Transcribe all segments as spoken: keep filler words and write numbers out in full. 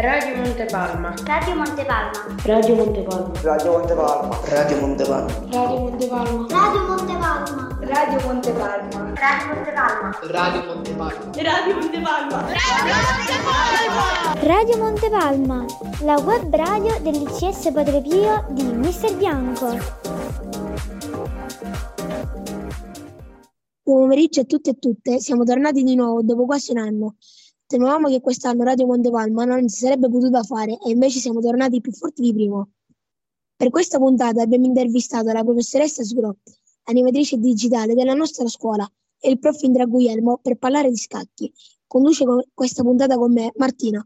Radio Montepalma. Radio Montepalma. Radio Montepalma. Radio Montepalma. Radio Montepalma. Radio Montepalma. Radio Montepalma. Radio Montepalma. Radio Montepalma. Radio Montepalma. Radio Montepalma. Radio Montepalma, la web radio dell'I C S Padre Pio di mister Bianco. Buon pomeriggio a tutte e tutte, siamo tornati di nuovo dopo quasi un anno. Temevamo che quest'anno Radio Montepalma non si sarebbe potuta fare e invece siamo tornati più forti di prima. Per questa puntata abbiamo intervistato la professoressa Sgro, animatrice digitale della nostra scuola, e il prof Indra Guglielmo per parlare di scacchi. Conduce questa puntata con me Martina.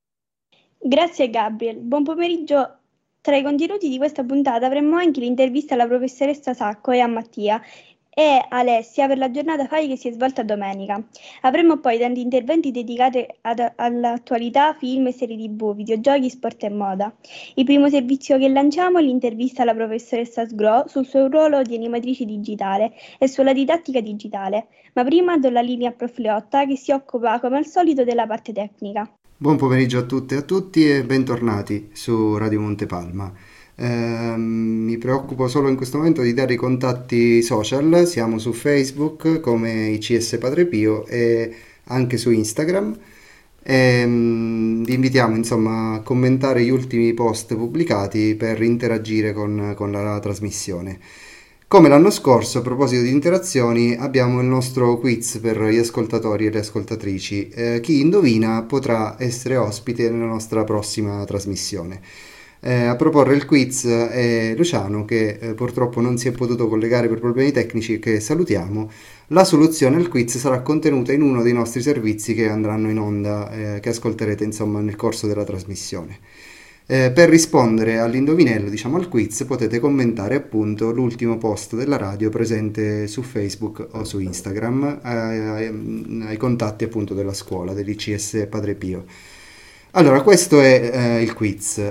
Grazie Gabriel, buon pomeriggio. Tra i contenuti di questa puntata avremo anche l'intervista alla professoressa Sacco e a Mattia e Alessia per la giornata F A I che si è svolta domenica. Avremo poi tanti interventi dedicati ad, all'attualità, film e serie tivù, videogiochi, sport e moda. Il primo servizio che lanciamo è l'intervista alla professoressa Sgro sul suo ruolo di animatrice digitale e sulla didattica digitale. Ma prima do la linea a prof Leotta che si occupa come al solito della parte tecnica. Buon pomeriggio a tutte e a tutti e bentornati su Radio Montepalma. Eh, mi preoccupo solo in questo momento di dare i contatti social. Siamo su Facebook come I C S Padre Pio e anche su Instagram. E, um, vi invitiamo insomma a commentare gli ultimi post pubblicati per interagire con, con la trasmissione. Come l'anno scorso, a proposito di interazioni, abbiamo il nostro quiz per gli ascoltatori e le ascoltatrici. Eh, chi indovina potrà essere ospite nella nostra prossima trasmissione. Eh, a proporre il quiz è Luciano, che eh, purtroppo non si è potuto collegare per problemi tecnici, che salutiamo. La soluzione al quiz sarà contenuta in uno dei nostri servizi che andranno in onda, eh, che ascolterete insomma nel corso della trasmissione. Eh, per rispondere all'indovinello, diciamo al quiz, potete commentare appunto l'ultimo post della radio presente su Facebook o su Instagram eh, ai, ai contatti appunto della scuola, dell'I C S Padre Pio. Allora, questo è eh, il quiz.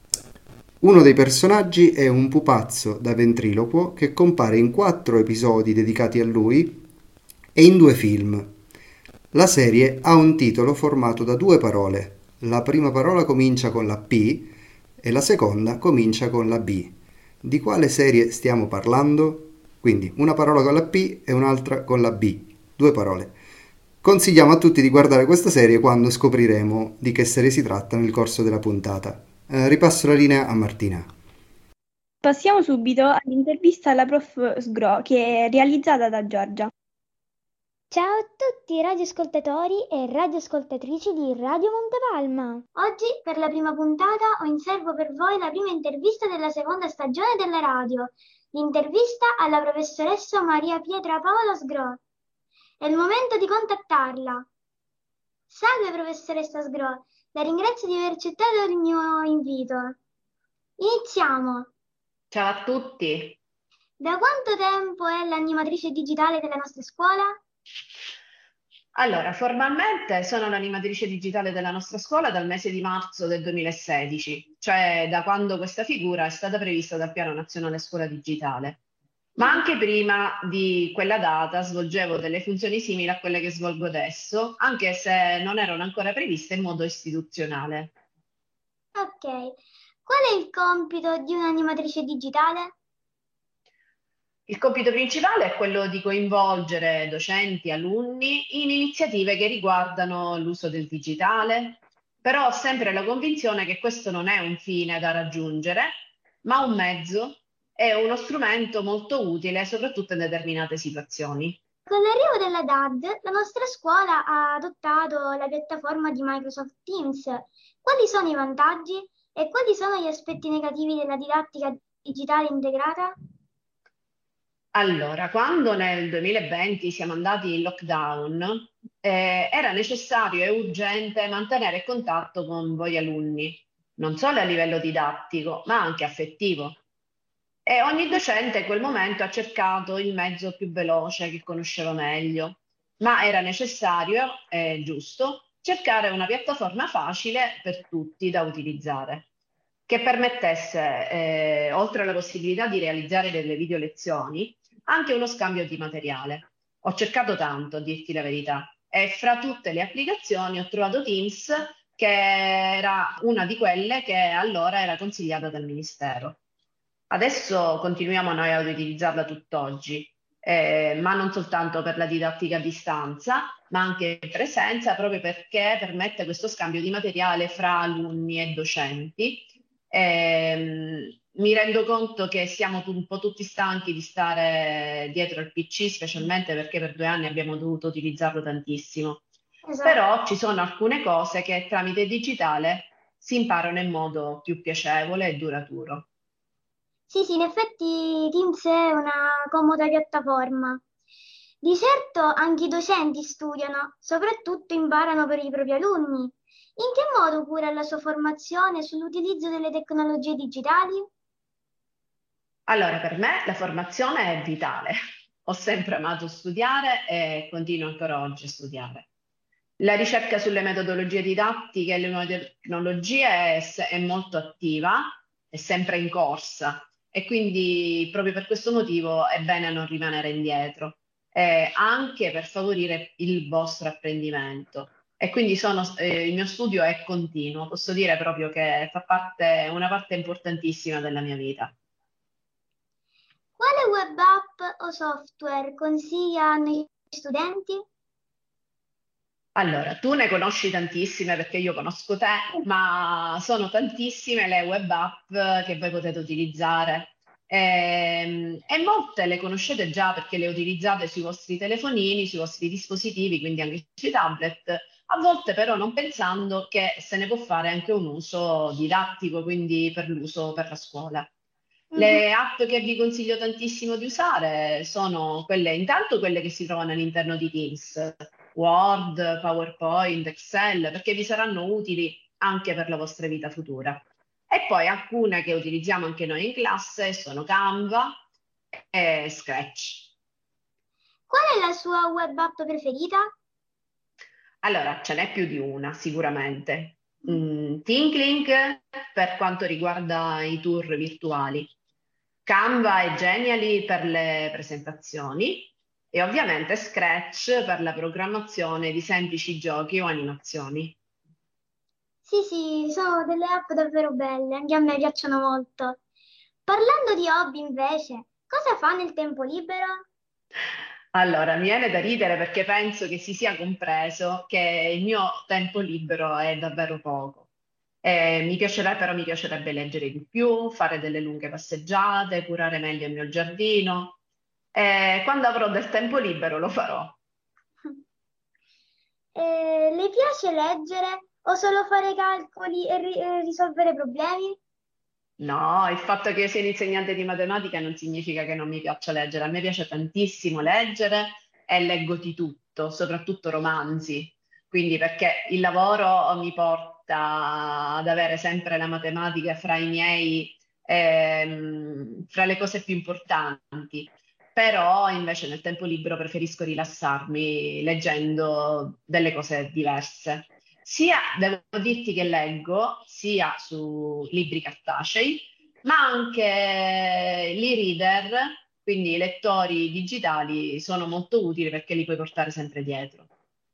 Uno dei personaggi è un pupazzo da ventriloquo che compare in quattro episodi dedicati a lui e in due film. La serie ha un titolo formato da due parole. La prima parola comincia con la P e la seconda comincia con la B. Di quale serie stiamo parlando? Quindi una parola con la P e un'altra con la B. Due parole. Consigliamo a tutti di guardare questa serie quando scopriremo di che serie si tratta nel corso della puntata. Eh, ripasso la linea a Martina. Passiamo subito all'intervista alla prof Sgro che è realizzata da Giorgia. Ciao a tutti radioascoltatori e radioascoltatrici di Radio Montepalma. Oggi per la prima puntata ho in serbo per voi la prima intervista della seconda stagione della radio, l'intervista alla professoressa Maria Pietra Paola Sgro. È il momento di contattarla. Salve professoressa Sgro, la ringrazio di aver accettato il mio invito. Iniziamo. Ciao a tutti. Da quanto tempo è l'animatrice digitale della nostra scuola? Allora, formalmente sono l'animatrice digitale della nostra scuola dal mese di marzo del duemilasedici, cioè da quando questa figura è stata prevista dal Piano Nazionale Scuola Digitale. Ma anche prima di quella data svolgevo delle funzioni simili a quelle che svolgo adesso, anche se non erano ancora previste in modo istituzionale. Ok, qual è il compito di un'animatrice digitale? Il compito principale è quello di coinvolgere docenti e alunni in iniziative che riguardano l'uso del digitale, però ho sempre la convinzione che questo non è un fine da raggiungere, ma un mezzo e uno strumento molto utile, soprattutto in determinate situazioni. Con l'arrivo della D A D, la nostra scuola ha adottato la piattaforma di Microsoft Teams. Quali sono i vantaggi e quali sono gli aspetti negativi della didattica digitale integrata? Allora, quando nel duemilaventi siamo andati in lockdown, eh, era necessario e urgente mantenere contatto con voi alunni, non solo a livello didattico, ma anche affettivo. E ogni docente in quel momento ha cercato il mezzo più veloce che conosceva meglio, ma era necessario e giusto cercare una piattaforma facile per tutti da utilizzare, che permettesse, eh, oltre alla possibilità di realizzare delle video lezioni, anche uno scambio di materiale. Ho cercato tanto, a dirti la verità, e fra tutte le applicazioni ho trovato Teams che era una di quelle che allora era consigliata dal Ministero. Adesso continuiamo noi ad utilizzarla tutt'oggi, eh, ma non soltanto per la didattica a distanza, ma anche in presenza, proprio perché permette questo scambio di materiale fra alunni e docenti. Eh, mi rendo conto che siamo tu- un po' tutti stanchi di stare dietro al P C, specialmente perché per due anni abbiamo dovuto utilizzarlo tantissimo. Esatto. Però ci sono alcune cose che tramite digitale si imparano in modo più piacevole e duraturo. Sì, sì, in effetti Teams è una comoda piattaforma. Di certo anche i docenti studiano, soprattutto imparano per i propri alunni. In che modo cura la sua formazione sull'utilizzo delle tecnologie digitali? Allora, per me la formazione è vitale. Ho sempre amato studiare e continuo ancora oggi a studiare. La ricerca sulle metodologie didattiche e le nuove tecnologie è, se- è molto attiva, è sempre in corsa e quindi proprio per questo motivo è bene non rimanere indietro, eh, anche per favorire il vostro apprendimento. E quindi sono, eh, il mio studio è continuo, posso dire proprio che fa parte, una parte importantissima della mia vita. Quale web app o software consigliano gli studenti? Allora, tu ne conosci tantissime perché io conosco te, ma sono tantissime le web app che voi potete utilizzare. Ehm, E, molte le conoscete già perché le utilizzate sui vostri telefonini, sui vostri dispositivi, quindi anche sui tablet, a volte però non pensando che se ne può fare anche un uso didattico, quindi per l'uso per la scuola. Le app che vi consiglio tantissimo di usare sono quelle, intanto quelle che si trovano all'interno di Teams, Word, PowerPoint, Excel, perché vi saranno utili anche per la vostra vita futura. E poi alcune che utilizziamo anche noi in classe sono Canva e Scratch. Qual è la sua web app preferita? Allora, ce n'è più di una, sicuramente. Mm, ThinkLink per quanto riguarda i tour virtuali. Canva e Genially per le presentazioni e ovviamente Scratch per la programmazione di semplici giochi o animazioni. Sì, sì, sono delle app davvero belle, anche a me piacciono molto. Parlando di hobby invece, cosa fa nel tempo libero? Allora, mi viene da ridere perché penso che si sia compreso che il mio tempo libero è davvero poco. Eh, mi piacerebbe, però mi piacerebbe leggere di più, fare delle lunghe passeggiate, curare meglio il mio giardino. Eh, quando avrò del tempo libero lo farò. Eh, le piace leggere o solo fare calcoli e ri- e risolvere problemi? No, il fatto che io sia l'insegnante di matematica non significa che non mi piaccia leggere. A me piace tantissimo leggere e leggo di tutto, soprattutto romanzi. Quindi perché il lavoro mi porta ad avere sempre la matematica fra i miei, ehm, fra le cose più importanti. Però invece nel tempo libero preferisco rilassarmi leggendo delle cose diverse. Sia devo dirti che leggo sia su libri cartacei, ma anche l'e-reader, quindi i lettori digitali, sono molto utili perché li puoi portare sempre dietro.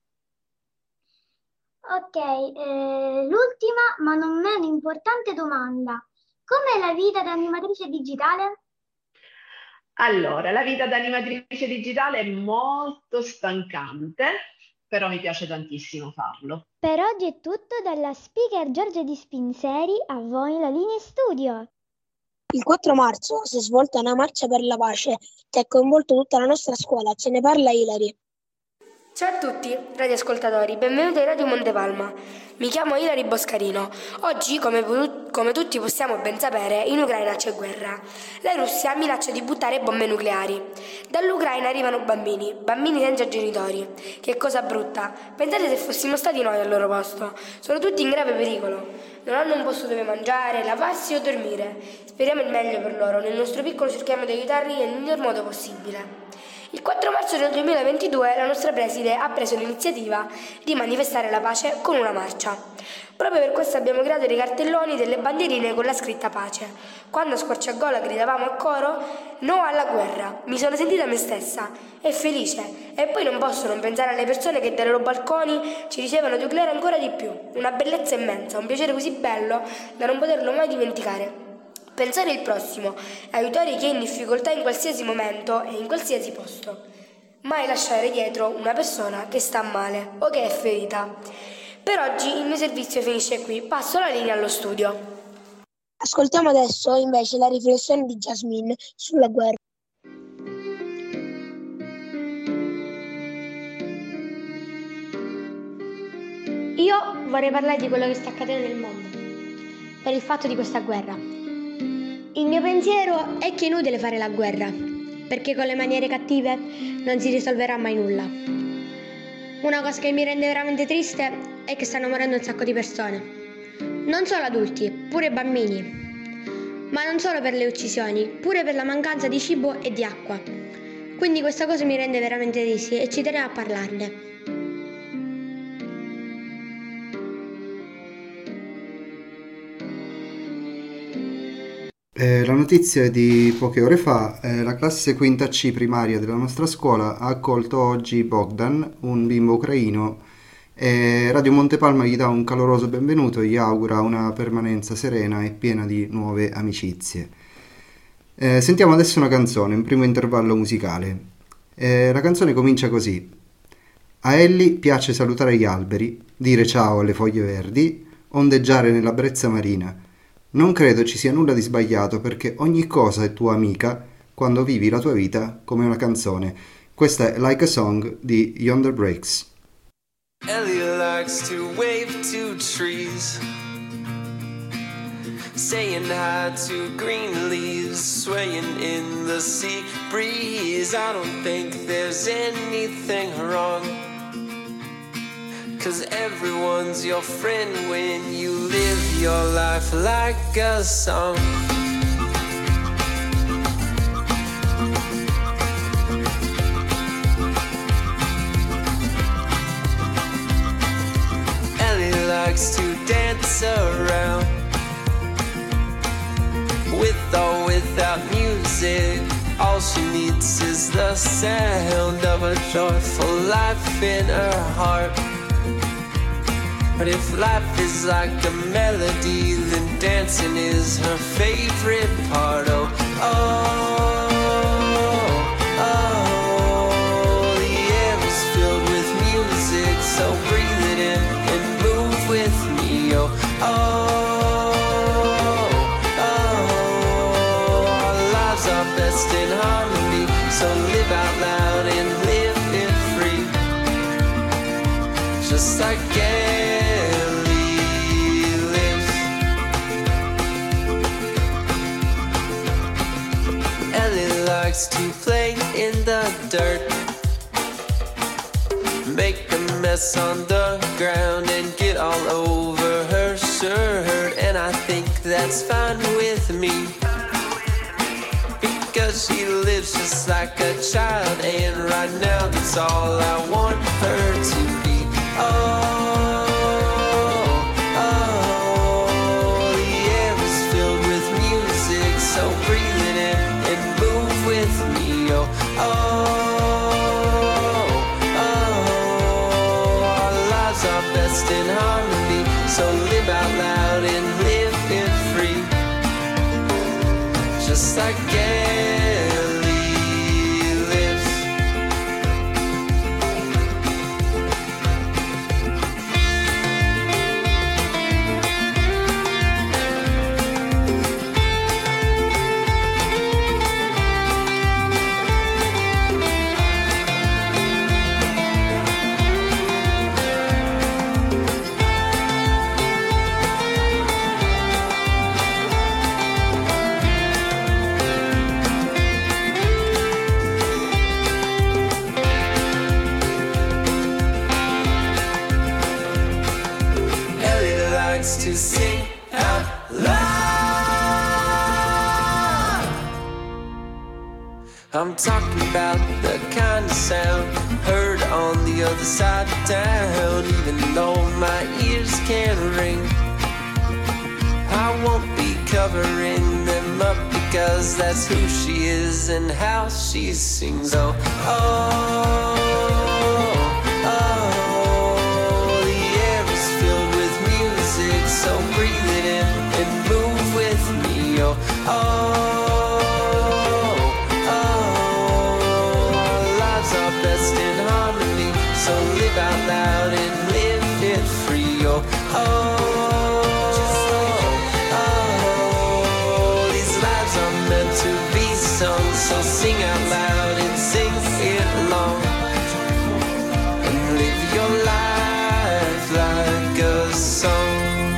Ok, eh, l'ultima ma non meno importante domanda. Com'è la vita da animatrice digitale? Allora, la vita da animatrice digitale è molto stancante, però mi piace tantissimo farlo. Per oggi è tutto dalla speaker Giorgia Di Spinseri, a voi la linea studio. Il quattro marzo si è svolta una marcia per la pace che ha coinvolto tutta la nostra scuola. Ce ne parla Ilari. Ciao a tutti, radioascoltatori, benvenuti a Radio Montepalma. Mi chiamo Ilari Boscarino. Oggi, come, come tutti possiamo ben sapere, in Ucraina c'è guerra. La Russia minaccia di buttare bombe nucleari. Dall'Ucraina arrivano bambini, bambini senza genitori. Che cosa brutta. Pensate se fossimo stati noi al loro posto. Sono tutti in grave pericolo. Non hanno un posto dove mangiare, lavarsi o dormire. Speriamo il meglio per loro. Nel nostro piccolo cerchiamo di aiutarli nel miglior modo possibile. Il quattro marzo del duemilaventidue la nostra preside ha preso l'iniziativa di manifestare la pace con una marcia. Proprio per questo abbiamo creato dei cartelloni, delle bandierine con la scritta pace. Quando a squarciagola gridavamo a coro "no alla guerra", mi sono sentita me stessa e felice E poi non posso non pensare alle persone che dai loro balconi ci ricevono di eclair ancora di più. Una bellezza immensa, un piacere così bello da non poterlo mai dimenticare. Pensare il prossimo, aiutare chi è in difficoltà in qualsiasi momento e in qualsiasi posto. Mai lasciare dietro una persona che sta male o che è ferita. Per oggi il mio servizio finisce qui, passo la linea allo studio. Ascoltiamo adesso invece la riflessione di Jasmine sulla guerra. Io vorrei parlare di quello che sta accadendo nel mondo, per il fatto di questa guerra. Il mio pensiero è che è inutile fare la guerra, perché con le maniere cattive non si risolverà mai nulla. Una cosa che mi rende veramente triste è che stanno morendo un sacco di persone. Non solo adulti, pure bambini. Ma non solo per le uccisioni, pure per la mancanza di cibo e di acqua. Quindi questa cosa mi rende veramente tristi e ci tenevo a parlarne. Eh, la notizia è di poche ore fa. Eh, la classe quinta C primaria della nostra scuola ha accolto oggi Bogdan, un bimbo ucraino, e Radio Montepalma gli dà un caloroso benvenuto e gli augura una permanenza serena e piena di nuove amicizie. Eh, sentiamo adesso una canzone, un primo intervallo musicale. Eh, la canzone comincia così. A Ellie piace salutare gli alberi, dire ciao alle foglie verdi, ondeggiare nella brezza marina. Non credo ci sia nulla di sbagliato perché ogni cosa è tua amica quando vivi la tua vita come una canzone. Questa è Like a Song di Yonder Breaks. Ellie likes to wave to trees, saying hi to green leaves, swaying in the sea breeze. I don't think there's anything wrong, 'cause everyone's your friend when you live your life like a song. Ellie likes to dance around, with or without music. All she needs is the sound of a joyful life in her heart. But if life is like a melody, then dancing is her favorite part. Oh, oh, oh, the air is filled with music, so breathe it in and move with me. Oh, oh, oh, our lives are best in harmony, so live out loud and live it free, just like Ellie. Likes to play in the dirt, make a mess on the ground and get all over her shirt. And I think that's fine with me, because she lives just like a child, and right now that's all I want her to be. Oh, oh, the air is filled with music, so breathe it in and move with me. Oh, oh, oh, our lives are best in harmony, so live out loud and live it free, just like Ellie lives. To sing out loud, I'm talking about the kind of sound heard on the other side of town. Even though my ears can ring, I won't be covering them up, because that's who she is and how she sings. Oh, oh, Oh, oh, our lives are best in harmony, so live out loud and live it free. Oh, oh, oh, these lives are meant to be sung, so sing out loud and sing it long, and live your life like a song.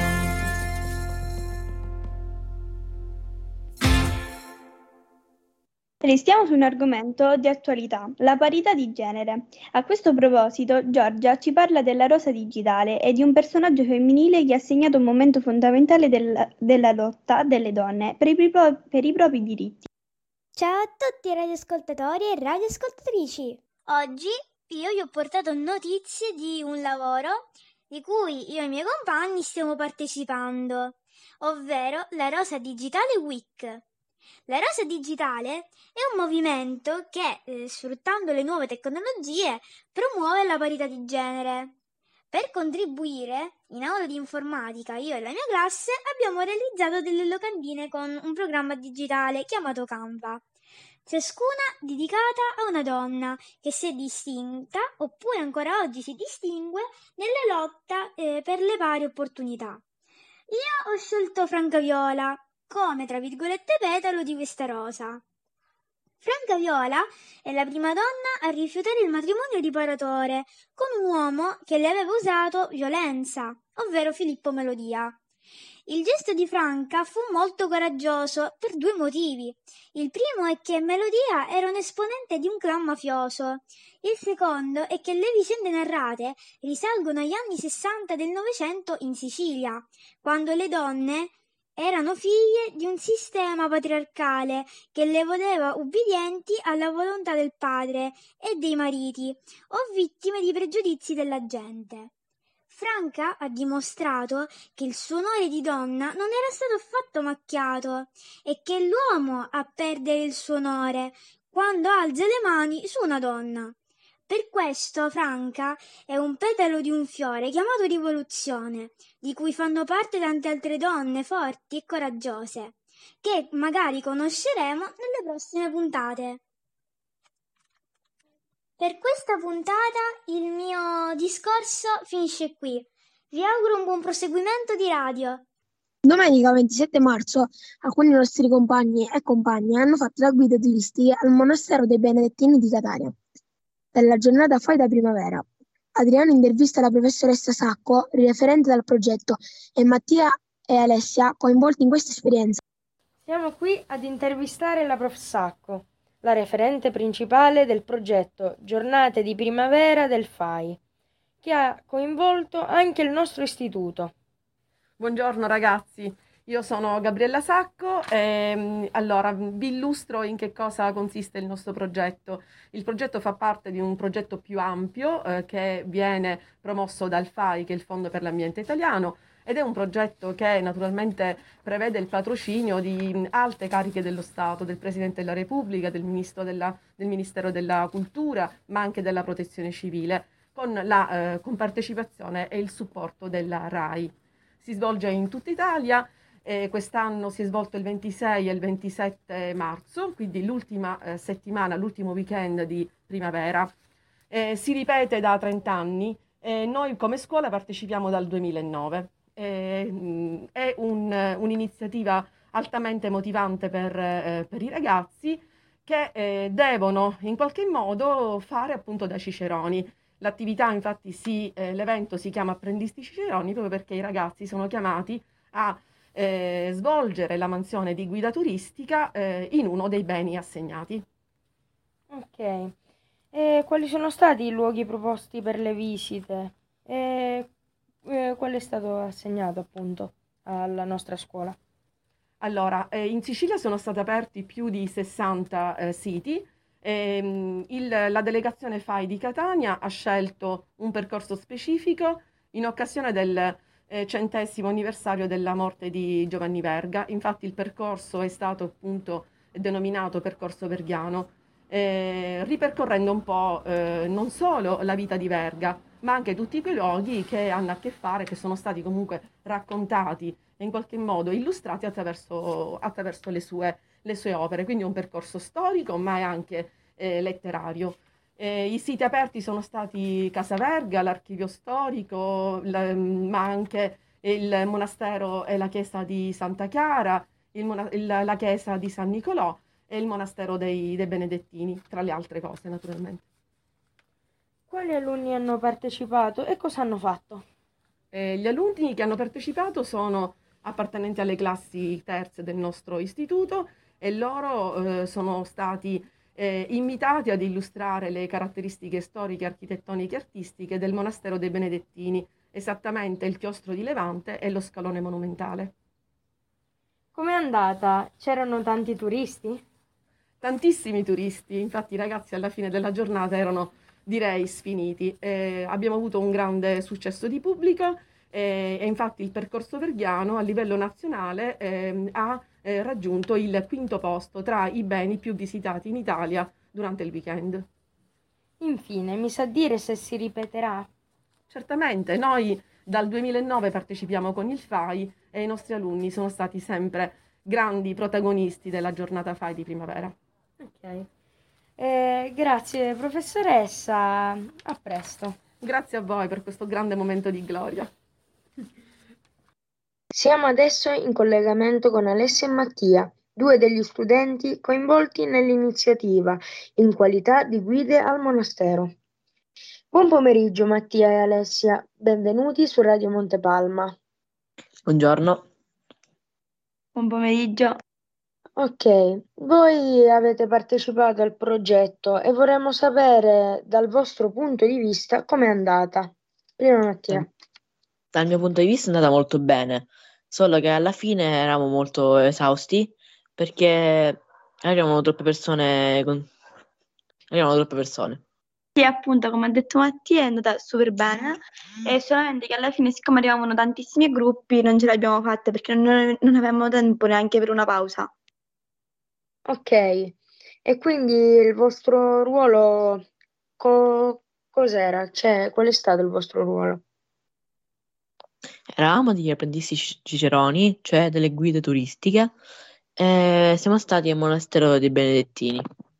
Restiamo su un argomento di attualità, la parità di genere. A questo proposito, Giorgia ci parla della rosa digitale e di un personaggio femminile che ha segnato un momento fondamentale del- della lotta delle donne per i, pri- per i propri diritti. Ciao a tutti radioascoltatori e radioascoltatrici! Oggi io vi ho portato notizie di un lavoro di cui io e i miei compagni stiamo partecipando, ovvero la Rosa Digitale Week. La Rosa Digitale è un movimento che, eh, sfruttando le nuove tecnologie, promuove la parità di genere. Per contribuire, in aula di informatica, io e la mia classe abbiamo realizzato delle locandine con un programma digitale chiamato Canva, ciascuna dedicata a una donna che si è distinta, oppure ancora oggi si distingue, nella lotta eh, per le pari opportunità. Io ho scelto Franca Viola come, tra virgolette, petalo di questa rosa. Franca Viola è la prima donna a rifiutare il matrimonio riparatore con un uomo che le aveva usato violenza, ovvero Filippo Melodia. Il gesto di Franca fu molto coraggioso per due motivi. Il primo è che Melodia era un esponente di un clan mafioso. Il secondo è che le vicende narrate risalgono agli anni sessanta del Novecento in Sicilia, quando le donne erano figlie di un sistema patriarcale che le voleva ubbidienti alla volontà del padre e dei mariti, o vittime di pregiudizi della gente. Franca ha dimostrato che il suo onore di donna non era stato affatto macchiato e che è l'uomo a perdere il suo onore quando alza le mani su una donna. Per questo Franca è un petalo di un fiore chiamato rivoluzione, di cui fanno parte tante altre donne forti e coraggiose, che magari conosceremo nelle prossime puntate. Per questa puntata il mio discorso finisce qui. Vi auguro un buon proseguimento di radio. Domenica ventisette marzo alcuni nostri compagni e compagne hanno fatto da guida turistica al monastero dei Benedettini di Catania. Dalla giornata Fai da Primavera. Adriano intervista la professoressa Sacco, referente del progetto, e Mattia e Alessia coinvolti in questa esperienza. Siamo qui ad intervistare la prof Sacco, la referente principale del progetto Giornate di Primavera del F A I, che ha coinvolto anche il nostro istituto. Buongiorno ragazzi, io sono Gabriella Sacco e allora vi illustro in che cosa consiste il nostro progetto. Il progetto fa parte di un progetto più ampio eh, che viene promosso dal F A I, che è il Fondo per l'Ambiente Italiano, ed è un progetto che naturalmente prevede il patrocinio di alte cariche dello Stato, del Presidente della Repubblica, del, Ministro della, del Ministero della Cultura, ma anche della Protezione Civile, con la eh, compartecipazione e il supporto della RAI. Si svolge in tutta Italia. Eh, quest'anno si è svolto il ventisei e il ventisette marzo, quindi l'ultima eh, settimana, l'ultimo weekend di primavera. Eh, si ripete da trenta anni e noi come scuola partecipiamo dal duemilanove. Eh, mh, è un, un'iniziativa altamente motivante per, eh, per i ragazzi che eh, devono in qualche modo fare appunto da ciceroni. L'attività infatti si, eh, l'evento si chiama Apprendisti Ciceroni proprio perché i ragazzi sono chiamati a Eh, svolgere la mansione di guida turistica eh, in uno dei beni assegnati. Ok, e quali sono stati i luoghi proposti per le visite? E eh, quale è stato assegnato appunto alla nostra scuola? Allora, eh, in Sicilia sono stati aperti più di sessanta eh, siti. E, il, la delegazione F A I di Catania ha scelto un percorso specifico in occasione del Eh, centesimo anniversario della morte di Giovanni Verga. Infatti il percorso è stato appunto denominato Percorso Verghiano, eh, ripercorrendo un po' eh, non solo la vita di Verga, ma anche tutti quei luoghi che hanno a che fare, che sono stati comunque raccontati e in qualche modo illustrati attraverso, attraverso le sue, le sue opere. Quindi un percorso storico, ma è anche eh, letterario. Eh, I siti aperti sono stati Casa Verga, l'archivio storico, la, ma anche il monastero e la chiesa di Santa Chiara, il mona- il, la chiesa di San Nicolò e il monastero dei, dei Benedettini, tra le altre cose naturalmente. Quali alunni hanno partecipato e cosa hanno fatto? Eh, gli alunni che hanno partecipato sono appartenenti alle classi terze del nostro istituto e loro eh, sono stati eh, invitati ad illustrare le caratteristiche storiche, architettoniche e artistiche del monastero dei Benedettini, esattamente il chiostro di Levante e lo scalone monumentale. Com'è andata? C'erano tanti turisti? Tantissimi turisti, infatti i ragazzi alla fine della giornata erano, direi, sfiniti. Eh, abbiamo avuto un grande successo di pubblico eh, e infatti il percorso verghiano a livello nazionale eh, ha eh, raggiunto il quinto posto tra i beni più visitati in Italia durante il weekend. Infine, mi sa dire se si ripeterà? Certamente, noi dal duemilanove partecipiamo con il F A I e i nostri alunni sono stati sempre grandi protagonisti della giornata F A I di primavera. Ok. Eh, grazie professoressa, a presto. Grazie a voi per questo grande momento di gloria. Siamo adesso in collegamento con Alessia e Mattia, due degli studenti coinvolti nell'iniziativa in qualità di guide al monastero. Buon pomeriggio Mattia e Alessia, benvenuti su Radio Montepalma. Buongiorno. Buon pomeriggio. Ok, voi avete partecipato al progetto e vorremmo sapere dal vostro punto di vista com'è andata. Prima Mattia. Dal mio punto di vista è andata molto bene, solo che alla fine eravamo molto esausti perché arrivavano troppe persone. Con... arrivavano troppe persone. Sì, appunto, come ha detto Mattia, è andata super bene, e solamente che alla fine, siccome arrivavano tantissimi gruppi, non ce l'abbiamo fatta perché non, non avevamo tempo neanche per una pausa. Ok, e quindi il vostro ruolo co- cos'era? Cioè, qual è stato il vostro ruolo? Eravamo degli apprendisti ciceroni, cioè delle guide turistiche, e siamo stati al monastero dei Benedettini.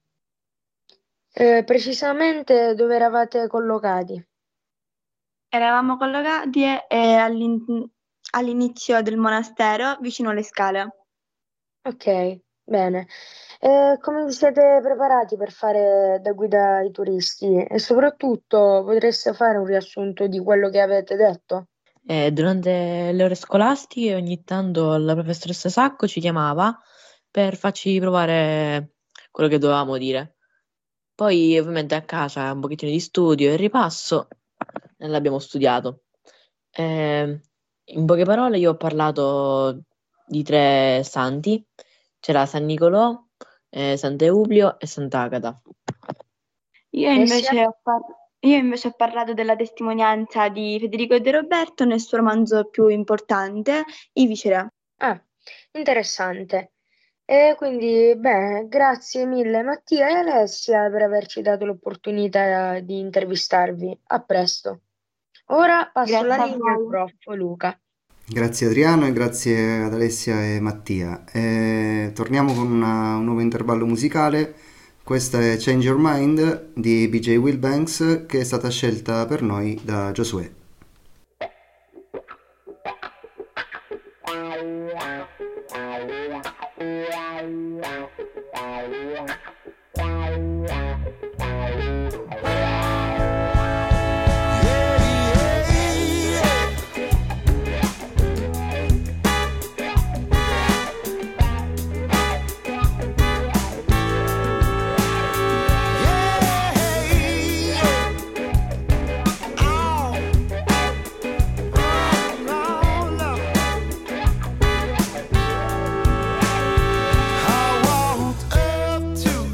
Eh, precisamente dove eravate collocati? Eravamo collocati eh, all'in- all'inizio del monastero, vicino alle scale. Ok, bene. E come vi siete preparati per fare da guida ai turisti? E soprattutto potreste fare un riassunto di quello che avete detto? E durante le ore scolastiche ogni tanto la professoressa Sacco ci chiamava per farci provare quello che dovevamo dire. Poi ovviamente a casa un pochettino di studio e ripasso e l'abbiamo studiato. E, in poche parole io ho parlato di tre santi. C'era San Nicolò, eh, Sant'Eublio e Sant'Agata. Io invece, ho par- io invece ho parlato della testimonianza di Federico De Roberto nel suo romanzo più importante, I Viceré. Ah, interessante. E quindi, bene, grazie mille Mattia e Alessia per averci dato l'opportunità di intervistarvi. A presto. Ora passo Grazie la a linea al voi. prof Luca. Grazie Adriano e grazie ad Alessia e Mattia. E torniamo con una- un nuovo intervallo musicale. Questa è Change Your Mind di B J Wilbanks, che è stata scelta per noi da Giosuè. I walked up to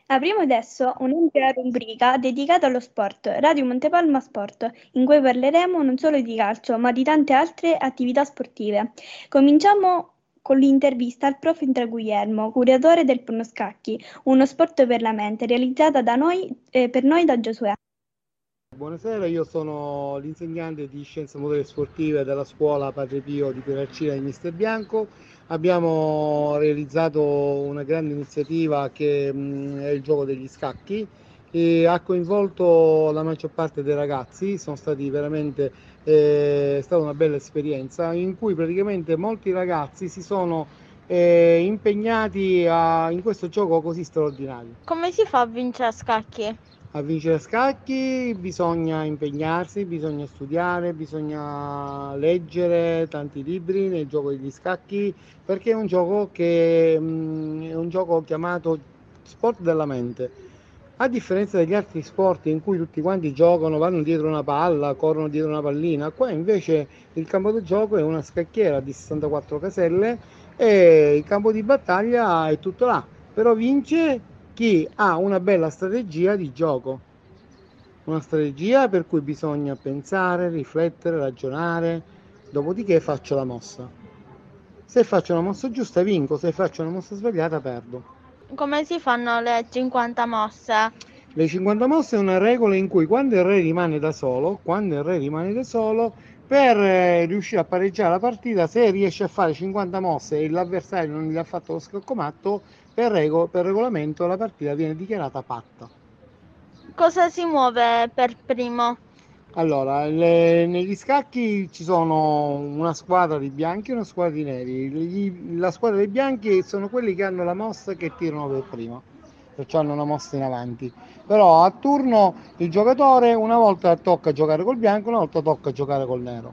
Apriamo adesso un'ampia rubrica dedicata allo sport, Radio Montepalma Sport, in cui parleremo non solo di calcio, ma di tante altre attività sportive. Cominciamo con l'intervista al prof Guglielmo, curatore del Pornoscacchi, uno sport per la mente, realizzata da noi, eh, per noi da Giosuè. Buonasera, io sono l'insegnante di scienze motorie sportive della scuola Padre Pio di Pierarcina di Mister Bianco. Abbiamo realizzato una grande iniziativa che mh, è il gioco degli scacchi e ha coinvolto la maggior parte dei ragazzi. Sono stati veramente, eh, è stata una bella esperienza in cui praticamente molti ragazzi si sono eh, impegnati a, in questo gioco così straordinario. Come si fa a vincere a scacchi? A vincere a scacchi bisogna impegnarsi, bisogna studiare, bisogna leggere tanti libri nel gioco degli scacchi, perché è un gioco che mh, è un gioco chiamato sport della mente. A differenza degli altri sport in cui tutti quanti giocano, vanno dietro una palla, corrono dietro una pallina, qua invece il campo di gioco è una scacchiera di sessantaquattro caselle e il campo di battaglia è tutto là, però vince chi ha una bella strategia di gioco, una strategia per cui bisogna pensare, riflettere, ragionare, dopodiché faccio la mossa. Se faccio una mossa giusta vinco, se faccio una mossa sbagliata perdo. Come si fanno le cinquanta mosse? Le cinquanta mosse è una regola in cui quando il re rimane da solo, quando il re rimane da solo, per eh, riuscire a pareggiare la partita, se riesce a fare cinquanta mosse e l'avversario non gli ha fatto lo scaccomatto, per, rego- per regolamento la partita viene dichiarata patta. Cosa si muove per primo? Allora, le- negli scacchi ci sono una squadra di bianchi e una squadra di neri. Gli- la squadra dei bianchi sono quelli che hanno la mossa che tirano per primo, perciò hanno una mossa in avanti. Però a turno il giocatore una volta tocca giocare col bianco, una volta tocca giocare col nero.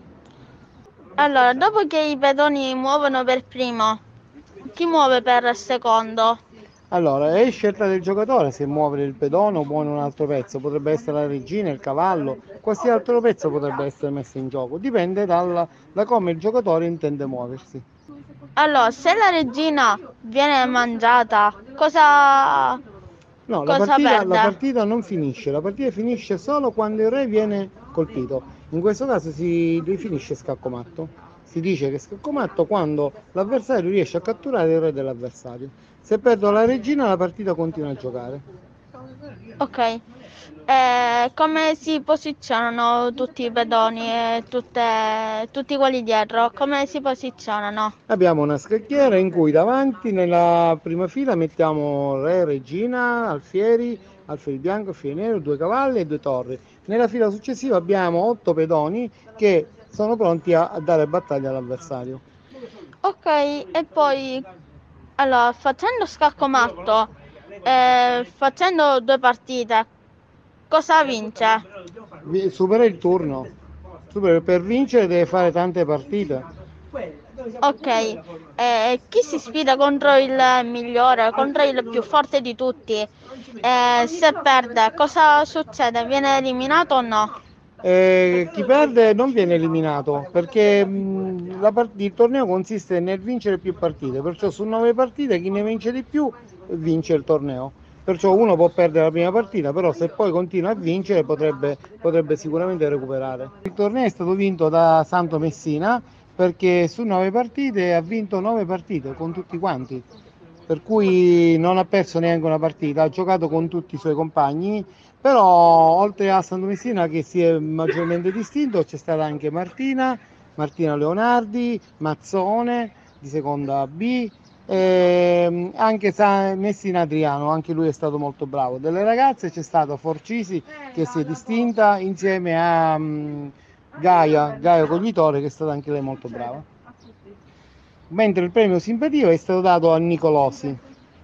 Allora, dopo che i pedoni muovono per primo, chi muove per secondo? Allora, è scelta del giocatore se muovere il pedone o muovere un altro pezzo, potrebbe essere la regina, il cavallo, qualsiasi altro pezzo potrebbe essere messo in gioco, dipende dal, da come il giocatore intende muoversi. Allora, se la regina viene mangiata, cosa, No, la cosa partita, perde? la partita non finisce, la partita finisce solo quando il re viene colpito, in questo caso si definisce scaccomatto. Si dice che scaccomatto quando l'avversario riesce a catturare il re dell'avversario. Se perdo la regina la partita continua a giocare. Ok. Eh, come si posizionano tutti i pedoni e tutte, tutti quelli dietro? Come si posizionano? Abbiamo una scacchiera in cui davanti nella prima fila mettiamo re, regina, alfieri, alfieri bianco, alfieri nero, due cavalli e due torri. Nella fila successiva abbiamo otto pedoni che sono pronti a, a dare battaglia all'avversario. Ok, e poi allora, facendo scaccomatto, eh, facendo due partite, cosa vince? Vi- Supera il turno. Supera- per vincere deve fare tante partite. Ok, eh, chi si sfida contro il migliore, contro il più forte di tutti? Eh, se perde, cosa succede? Viene eliminato o no? Eh, chi perde non viene eliminato perché mh, la part- il torneo consiste nel vincere più partite, perciò su nove partite chi ne vince di più vince il torneo. Perciò uno può perdere la prima partita, però se poi continua a vincere potrebbe, potrebbe sicuramente recuperare. Il torneo è stato vinto da Santo Messina perché su nove partite ha vinto nove partite con tutti quanti, per cui non ha perso neanche una partita, ha giocato con tutti i suoi compagni. Però oltre a Santo Messina che si è maggiormente distinto c'è stata anche Martina, Martina Leonardi, Mazzone di seconda B, e anche Sa- Messina Adriano, anche lui è stato molto bravo. Delle ragazze c'è stata Forcisi che si è distinta insieme a um, Gaia, Gaia Cognitore che è stata anche lei molto brava. Mentre il premio simpatia è stato dato a Nicolosi.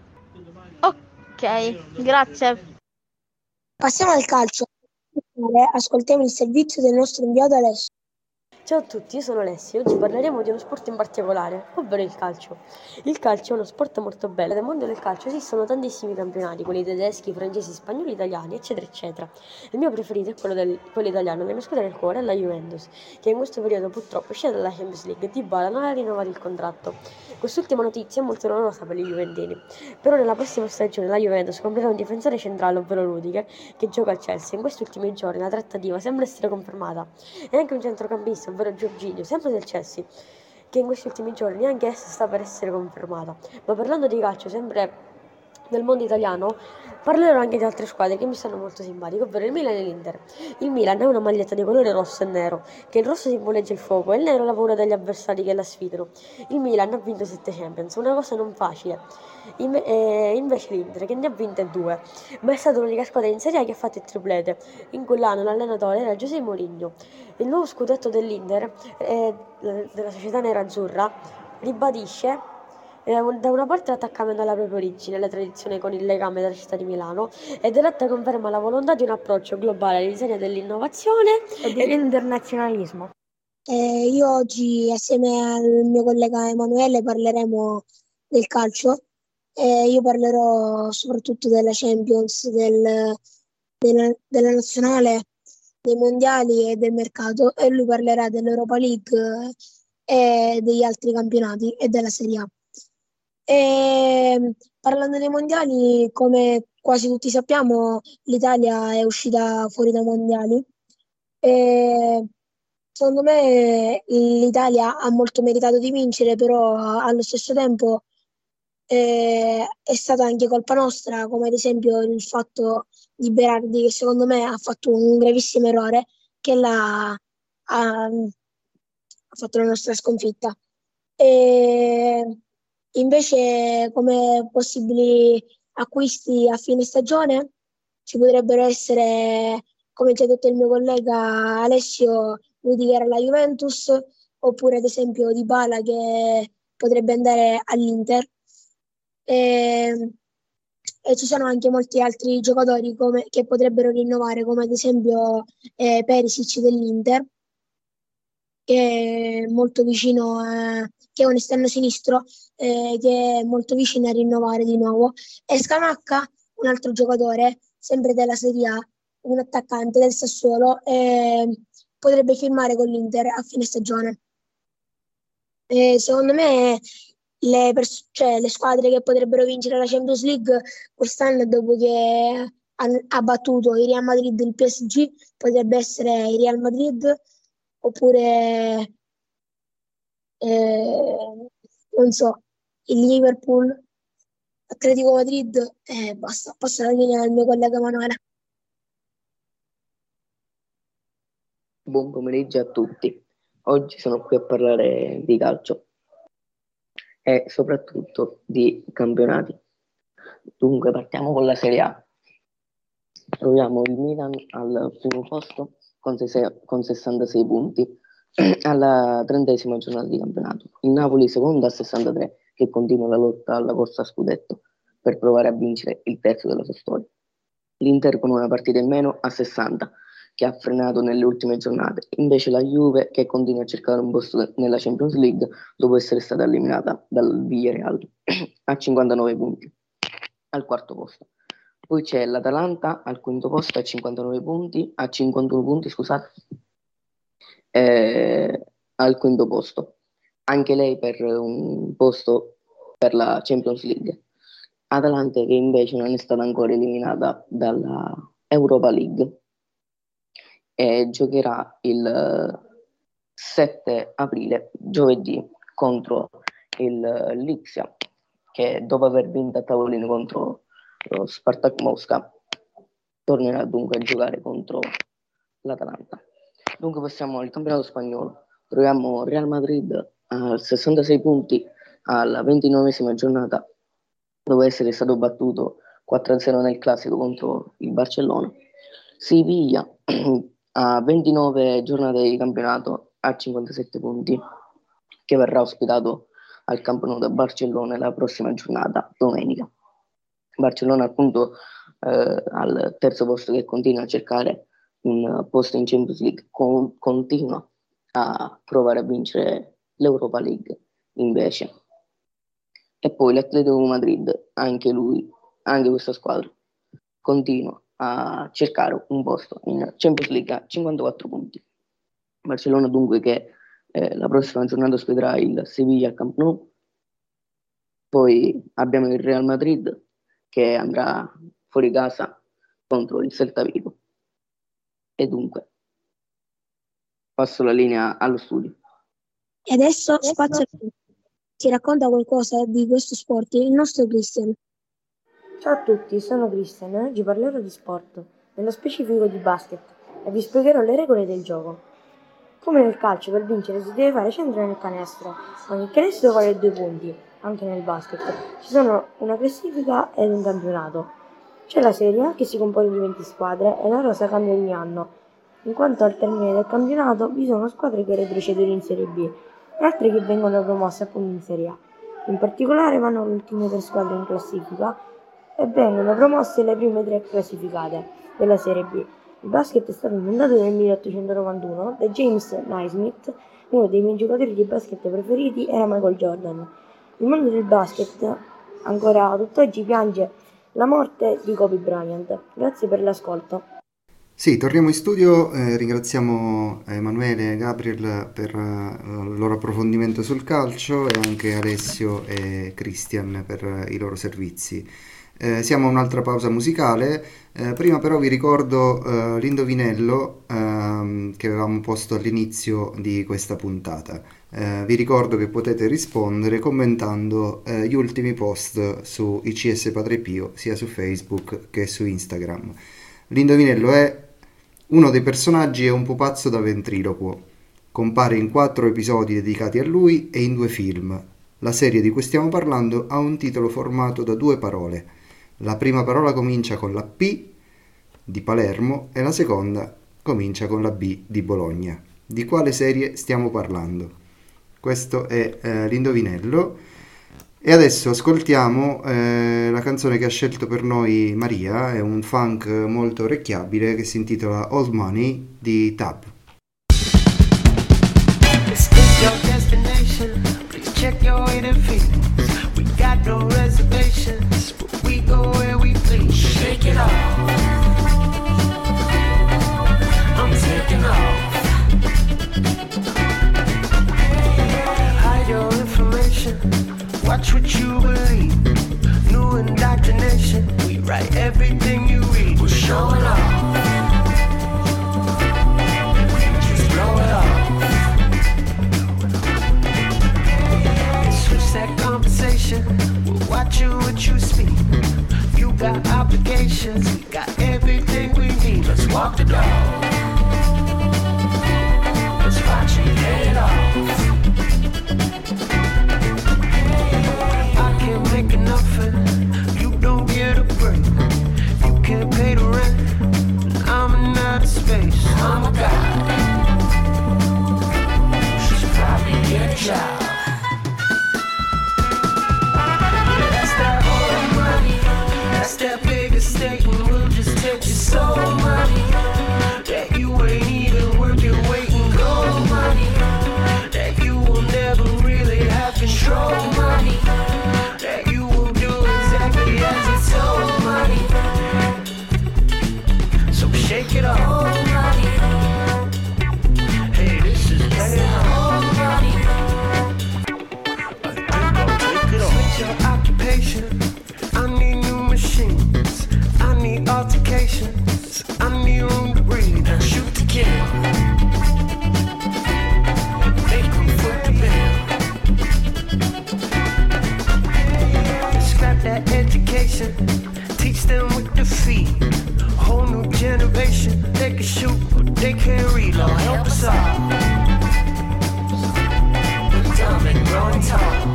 Ok, grazie. Passiamo al calcio. Ascoltiamo il servizio del nostro inviato Alessio. Ciao a tutti, io sono Alessia e oggi parleremo di uno sport in particolare, ovvero il calcio. Il calcio è uno sport molto bello. Nel mondo del calcio esistono tantissimi campionati, quelli tedeschi, francesi, spagnoli, italiani, eccetera, eccetera. Il mio preferito è quello, del, quello italiano, che mi scuote nel cuore è la Juventus, che in questo periodo purtroppo esce dalla Champions League e Dybala non ha rinnovato il contratto. Quest'ultima notizia è molto dolorosa per i juventini, però nella prossima stagione la Juventus comprerà un difensore centrale, ovvero Rudiger, che gioca al Chelsea. In questi ultimi giorni la trattativa sembra essere confermata, e anche un centrocampista, ovvero Jorginho, sempre del Chelsea, che in questi ultimi giorni anche essa sta per essere confermata. Ma parlando di calcio, sempre nel mondo italiano, parlerò anche di altre squadre che mi stanno molto simpatiche, ovvero il Milan e l'Inter. Il Milan ha una maglietta di colore rosso e nero, che il rosso simboleggia il fuoco e il nero la paura degli avversari che la sfidano. Il Milan ha vinto sette Champions, una cosa non facile. Inve- eh, invece l'Inter, che ne ha vinte due, ma è stata l'unica squadra in Serie A che ha fatto il triplete. In quell'anno l'allenatore era José Mourinho. Il nuovo scudetto dell'Inter, eh, della società nerazzurra, ribadisce da una parte l'attaccamento alla propria origine, la tradizione con il legame della città di Milano, e dall'altra conferma la volontà di un approccio globale all'insegna dell'innovazione e dell'internazionalismo. Eh, io oggi assieme al mio collega Emanuele parleremo del calcio. Eh, io parlerò soprattutto della Champions, del, della, della nazionale, dei mondiali e del mercato, e lui parlerà dell'Europa League e degli altri campionati e della Serie A. E, parlando dei mondiali, come quasi tutti sappiamo, l'Italia è uscita fuori dai mondiali e secondo me l'Italia ha molto meritato di vincere, però allo stesso tempo eh, è stata anche colpa nostra, come ad esempio il fatto di Berardi, che secondo me ha fatto un gravissimo errore, che l'ha, ha, ha fatto la nostra sconfitta. E invece, come possibili acquisti a fine stagione ci potrebbero essere, come già detto il mio collega Alessio, Rudiger alla Juventus, oppure ad esempio Dybala che potrebbe andare all'Inter. E, e ci sono anche molti altri giocatori come, che potrebbero rinnovare, come ad esempio eh, Perisic dell'Inter, che è molto vicino, eh, che è un esterno sinistro, eh, che è molto vicino a rinnovare di nuovo, e Scamacca, un altro giocatore, sempre della Serie A, un attaccante del Sassuolo, eh, potrebbe firmare con l'Inter a fine stagione. E secondo me le, pers- cioè, le squadre che potrebbero vincere la Champions League quest'anno, dopo che ha, ha battuto il Real Madrid e il P S G, potrebbe essere il Real Madrid, oppure eh, non so, il Liverpool, Atletico Madrid, e basta. Passo la linea al mio collega Emanuele. Buon pomeriggio a tutti. Oggi sono qui a parlare di calcio e soprattutto di campionati. Dunque partiamo con la Serie A. Troviamo il Milan al primo posto con, sei, con sessantasei punti alla trentesima giornata di campionato. Il Napoli secondo a sessantatré, che continua la lotta alla corsa a scudetto per provare a vincere il terzo della sua storia. L'Inter con una partita in meno a sessanta, che ha frenato nelle ultime giornate. Invece la Juve, che continua a cercare un posto nella Champions League dopo essere stata eliminata dal Villarreal, a cinquantanove punti, al quarto posto. Poi c'è l'Atalanta al quinto posto a cinquantanove punti, a cinquantuno punti, scusate, eh, al quinto posto. Anche lei per un posto per la Champions League. Atalanta che invece non è stata ancora eliminata dalla Europa League e giocherà il sette aprile, giovedì, contro il Lipsia, che dopo aver vinto a tavolino contro lo Spartak Mosca tornerà dunque a giocare contro l'Atalanta. Dunque passiamo al campionato spagnolo. Troviamo Real Madrid a sessantasei punti alla ventinovesima giornata, dopo essere stato battuto quattro a zero nel classico contro il Barcellona. Siviglia a ventinove giornate di campionato a cinquantasette punti, che verrà ospitato al Camp Nou da Barcellona la prossima giornata, domenica. Barcellona appunto eh, al terzo posto, che continua a cercare un posto in Champions League, con, continua a provare a vincere l'Europa League invece. E poi l'Atletico Madrid, anche lui, anche questa squadra, continua a cercare un posto in Champions League a cinquantaquattro punti. Barcellona dunque che eh, la prossima giornata ospiterà il Sevilla al Camp Nou. Poi abbiamo il Real Madrid che andrà fuori casa contro il Celta Vigo. E dunque passo la linea allo studio. E adesso spazio a te. Ci racconta qualcosa di questo sport il nostro Christian. Ciao a tutti, sono Christian e oggi parlerò di sport, nello specifico di basket, e vi spiegherò le regole del gioco. Come nel calcio, per vincere si deve fare centro nel canestro. Ogni canestro vale due punti, anche nel basket. Ci sono una classifica ed un campionato. C'è la Serie A che si compone di venti squadre e la rosa cambia ogni anno. In quanto al termine del campionato, vi sono squadre che retrocedono in Serie B e altre che vengono promosse appunto in Serie A. In particolare vanno le ultime tre squadre in classifica e vengono promosse le prime tre classificate della Serie B. Il basket è stato inventato nel milleottocentonovantuno da James Naismith, uno dei miei giocatori di basket preferiti era Michael Jordan. Il mondo del basket ancora tutt'oggi piange la morte di Kobe Bryant. Grazie per l'ascolto. Sì, torniamo in studio, eh, ringraziamo Emanuele e Gabriel per uh, il loro approfondimento sul calcio e anche Alessio e Christian per uh, i loro servizi. Eh, siamo a un'altra pausa musicale, eh, prima però vi ricordo uh, l'indovinello uh, che avevamo posto all'inizio di questa puntata. Eh, vi ricordo che potete rispondere commentando eh, gli ultimi post su I C S Padre Pio, sia su Facebook che su Instagram. L'indovinello è: uno dei personaggi è un pupazzo da ventriloquo. Compare in quattro episodi dedicati a lui e in due film. La serie di cui stiamo parlando ha un titolo formato da due parole. La prima parola comincia con la P di Palermo e la seconda comincia con la B di Bologna. Di quale serie stiamo parlando? Questo è eh, l'indovinello. E adesso ascoltiamo eh, la canzone che ha scelto per noi Maria, è un funk molto orecchiabile che si intitola Old Money di Tab. This is your destination, please check your waiting fees. We got no reservations, but we go where we please. Shake it off, I'm taking off. Hide your information, watch what you believe. New indoctrination, we write everything you read. We're showing off, just blow it off. And switch that conversation, we're watching what you speak. You got obligations, we got everything we need. Let's walk the dog, let's watch you get it off. Make enough and you don't get a break. You can't pay the rent, I'm in outer space. I'm a guy, should probably get a job. Yeah, that's that old money, that's that big estate, and we'll just take your soul money that you ain't even worth your weight in gold money, that you will never really have control money. Shake it off. Hey, this is better now. Take it off. Switch your occupation. I need new machines. I need altercations. I need room to breathe and shoot to kill. Make them foot the bill. Scrap that education. Teach them with the feet. Whole new generation, they can shoot, but they can't read. Lord, help us all. We're dumb and growing tall.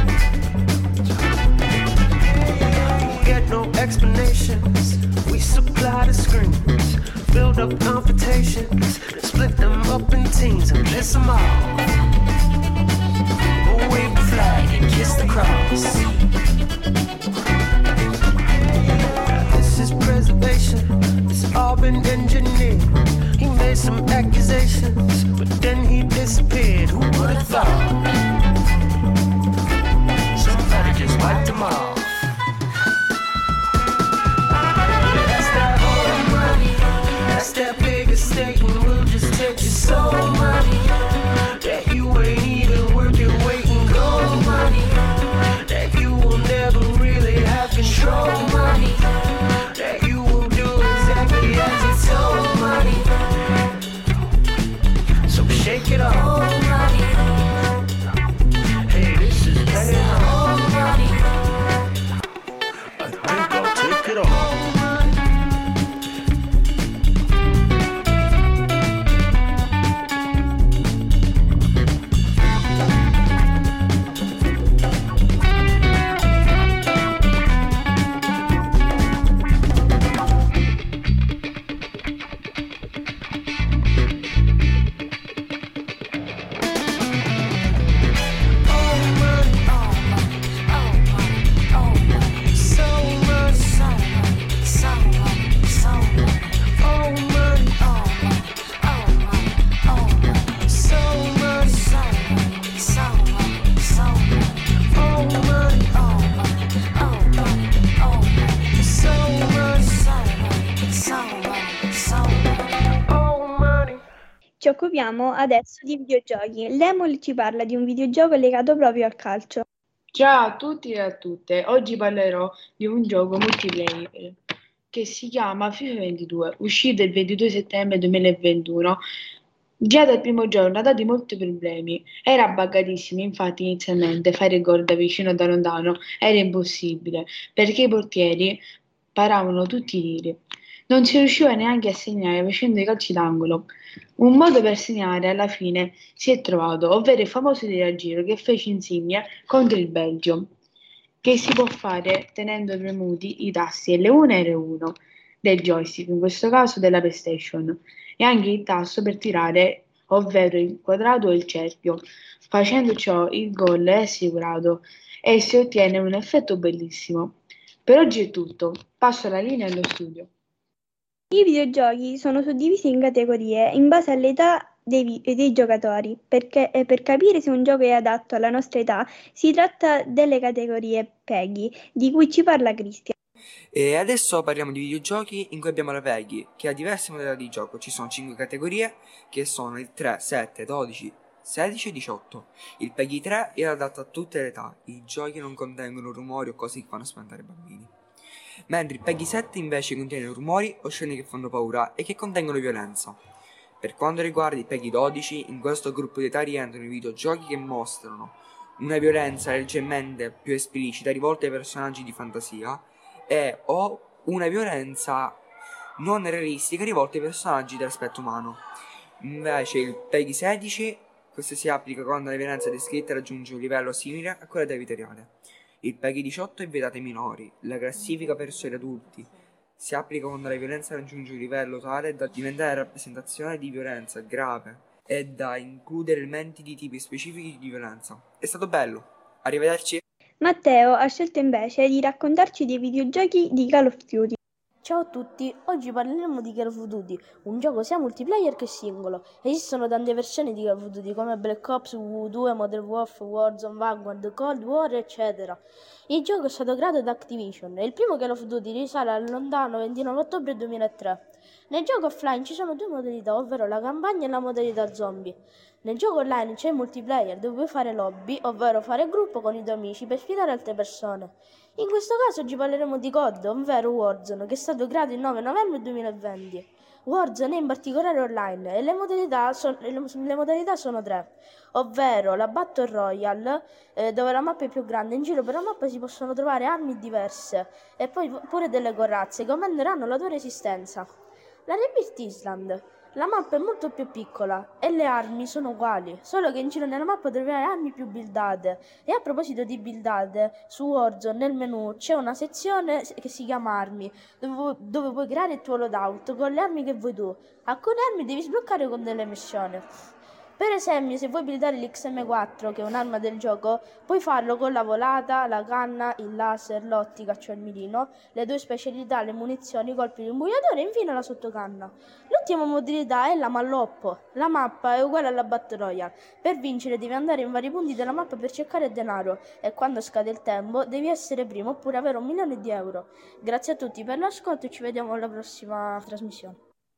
You get no explanations, we supply the screens. Build up competitions, split them up in teams and piss them off. We'll wave the flag and kiss the cross. This is preservation, it's all been engineered. He made some accusations, but then he did occupiamo adesso di videogiochi. Lemol ci parla di un videogioco legato proprio al calcio. Ciao a tutti e a tutte, oggi parlerò di un gioco multiplayer che si chiama FIFA ventidue, uscito il ventidue settembre duemilaventuno. Già dal primo giorno ha dato molti problemi, era buggatissimo, infatti inizialmente fare gol da vicino o da lontano era impossibile perché i portieri paravano tutti i tiri. Non si riusciva neanche a segnare facendo i calci d'angolo. Un modo per segnare alla fine si è trovato, ovvero il famoso tiragiro che fece Insigne contro il Belgio, che si può fare tenendo premuti i tasti L uno e R uno del joystick, in questo caso della PlayStation, e anche il tasto per tirare, ovvero il quadrato o il cerchio. Facendo ciò il gol è assicurato e si ottiene un effetto bellissimo. Per oggi è tutto, passo la linea allo studio. I videogiochi sono suddivisi in categorie in base all'età dei, vi- dei giocatori, perché eh, per capire se un gioco è adatto alla nostra età si tratta delle categorie PEGI, di cui ci parla Cristian. E adesso parliamo di videogiochi in cui abbiamo la PEGI, che ha diverse modalità di gioco. Ci sono cinque categorie, che sono il tre, sette, dodici, sedici e diciotto. Il PEGI tre è adatto a tutte le età, i giochi non contengono rumori o cose che fanno spaventare i bambini. Mentre il PEGI sette invece contiene rumori o scene che fanno paura e che contengono violenza. Per quanto riguarda il PEGI dodici, in questo gruppo di età rientrano i videogiochi che mostrano una violenza leggermente più esplicita rivolta ai personaggi di fantasia e o una violenza non realistica rivolta ai personaggi dell'aspetto umano. Invece il PEGI sedici, questo si applica quando la violenza descritta raggiunge un livello simile a quella della vita reale. Il PEGI diciotto è vietato ai minori. La classifica verso gli adulti si applica quando la violenza raggiunge un livello tale da diventare rappresentazione di violenza grave e da includere elementi di tipi specifici di violenza. È stato bello. Arrivederci. Matteo ha scelto invece di raccontarci dei videogiochi di Call of Duty. Ciao a tutti, oggi parleremo di Call of Duty, un gioco sia multiplayer che singolo. Esistono tante versioni di Call of Duty come Black Ops, W W due, Modern Warfare, Warzone, Vanguard, Cold War, eccetera. Il gioco è stato creato da Activision e il primo Call of Duty risale al lontano ventinove ottobre duemilatré. Nel gioco offline ci sono due modalità, ovvero la campagna e la modalità zombie. Nel gioco online c'è il multiplayer dove puoi fare lobby, ovvero fare gruppo con i tuoi amici per sfidare altre persone. In questo caso oggi parleremo di C O D, ovvero Warzone, che è stato creato il nove novembre duemilaventi. Warzone è in particolare online e le modalità, son, le, le modalità sono tre, ovvero la Battle Royale, eh, dove la mappa è più grande, in giro per la mappa si possono trovare armi diverse e poi pure delle corazze che aumenteranno la tua resistenza. La Rebirth Island. La mappa è molto più piccola e le armi sono uguali, solo che in giro nella mappa troverai armi più buildate. E a proposito di buildate, su Warzone nel menu c'è una sezione che si chiama armi, dove, dove puoi creare il tuo loadout con le armi che vuoi tu. Alcune armi devi sbloccare con delle missioni. Per esempio, se vuoi buildare l'X M quattro, che è un'arma del gioco, puoi farlo con la volata, la canna, il laser, l'ottica, cioè il mirino, le due specialità, le munizioni, i colpi di imbuiatore e infine la sottocanna. L'ultima modalità è la malloppo. La mappa è uguale alla Battle Royale. Per vincere devi andare in vari punti della mappa per cercare denaro e quando scade il tempo devi essere primo oppure avere un milione di euro. Grazie a tutti per l'ascolto e ci vediamo alla prossima trasmissione.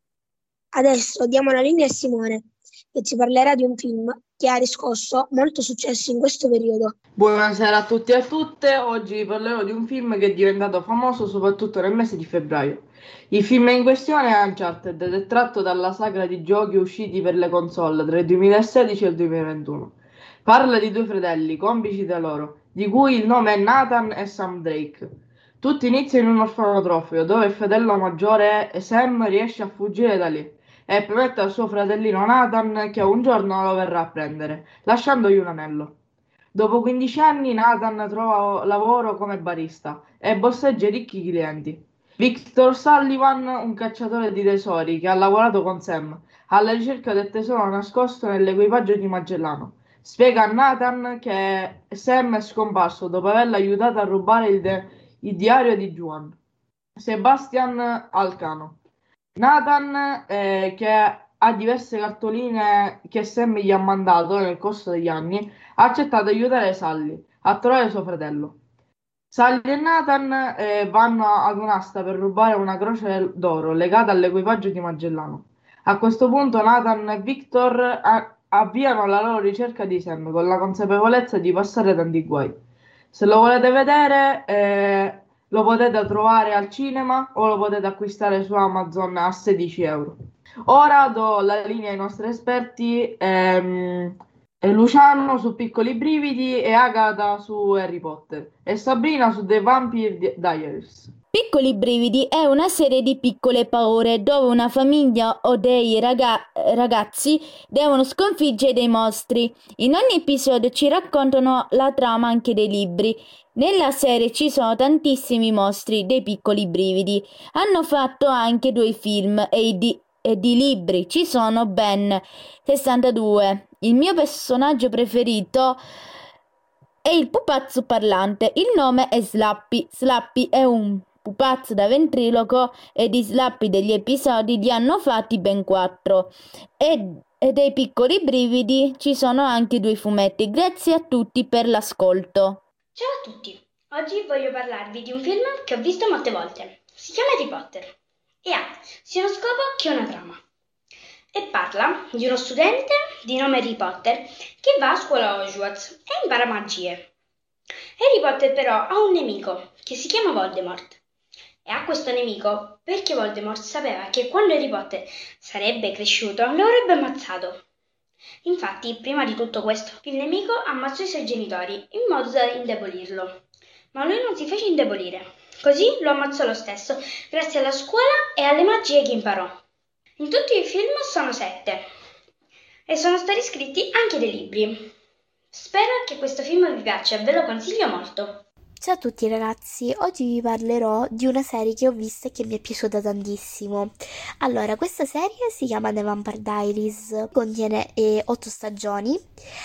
Adesso diamo la linea a Simone, che ci parlerà di un film che ha riscosso molto successo in questo periodo. Buonasera a tutti e a tutte, oggi vi parlerò di un film che è diventato famoso soprattutto nel mese di febbraio. Il film in questione è Uncharted ed è tratto dalla saga di giochi usciti per le console tra il duemilasedici e il duemilaventuno. Parla di due fratelli, complici da loro, di cui il nome è Nathan e Sam Drake. Tutto inizia in un orfanotrofio dove il fratello maggiore Sam riesce a fuggire da lì e promette al suo fratellino Nathan che un giorno lo verrà a prendere, lasciandogli un anello. Dopo quindici anni Nathan trova lavoro come barista e bosseggia i ricchi clienti. Victor Sullivan, un cacciatore di tesori che ha lavorato con Sam, alla ricerca del tesoro nascosto nell'equipaggio di Magellano, spiega a Nathan che Sam è scomparso dopo averlo aiutato a rubare il, de- il diario di Juan Sebastian Alcano. Nathan, eh, che ha diverse cartoline che Sam gli ha mandato nel corso degli anni, ha accettato di aiutare Sully a trovare suo fratello. Sully e Nathan eh, vanno ad un'asta per rubare una croce d'oro legata all'equipaggio di Magellano. A questo punto Nathan e Victor a- avviano la loro ricerca di Sam con la consapevolezza di passare tanti guai. Se lo volete vedere, eh, lo potete trovare al cinema o lo potete acquistare su Amazon a sedici euro. Ora do la linea ai nostri esperti, ehm, Luciano su Piccoli Brividi e Agatha su Harry Potter e Sabrina su The Vampire Diaries. Piccoli Brividi è una serie di piccole paure dove una famiglia o dei raga- ragazzi devono sconfiggere dei mostri. In ogni episodio ci raccontano la trama anche dei libri. Nella serie ci sono tantissimi mostri dei Piccoli Brividi. Hanno fatto anche due film e di, e di libri ci sono ben sessantadue. Il mio personaggio preferito è il pupazzo parlante. Il nome è Slappy. Slappy è un pupazzo da ventriloquo e di Slappy degli episodi li hanno fatti ben quattro. E, e dei Piccoli Brividi ci sono anche due fumetti. Grazie a tutti per l'ascolto. Ciao a tutti, oggi voglio parlarvi di un film che ho visto molte volte. Si chiama Harry Potter e ha sia uno scopo che una trama. E parla di uno studente di nome Harry Potter che va a scuola a Hogwarts e impara magie. Harry Potter però ha un nemico che si chiama Voldemort. E ha questo nemico perché Voldemort sapeva che quando Harry Potter sarebbe cresciuto lo avrebbe ammazzato. Infatti, prima di tutto questo, il nemico ammazzò i suoi genitori in modo da indebolirlo. Ma lui non si fece indebolire. Così lo ammazzò lo stesso, grazie alla scuola e alle magie che imparò. In tutti i film sono sette e sono stati scritti anche dei libri. Spero che questo film vi piaccia, ve lo consiglio molto. Ciao a tutti ragazzi, oggi vi parlerò di una serie che ho visto e che mi è piaciuta tantissimo. Allora, questa serie si chiama The Vampire Diaries, contiene eh, otto stagioni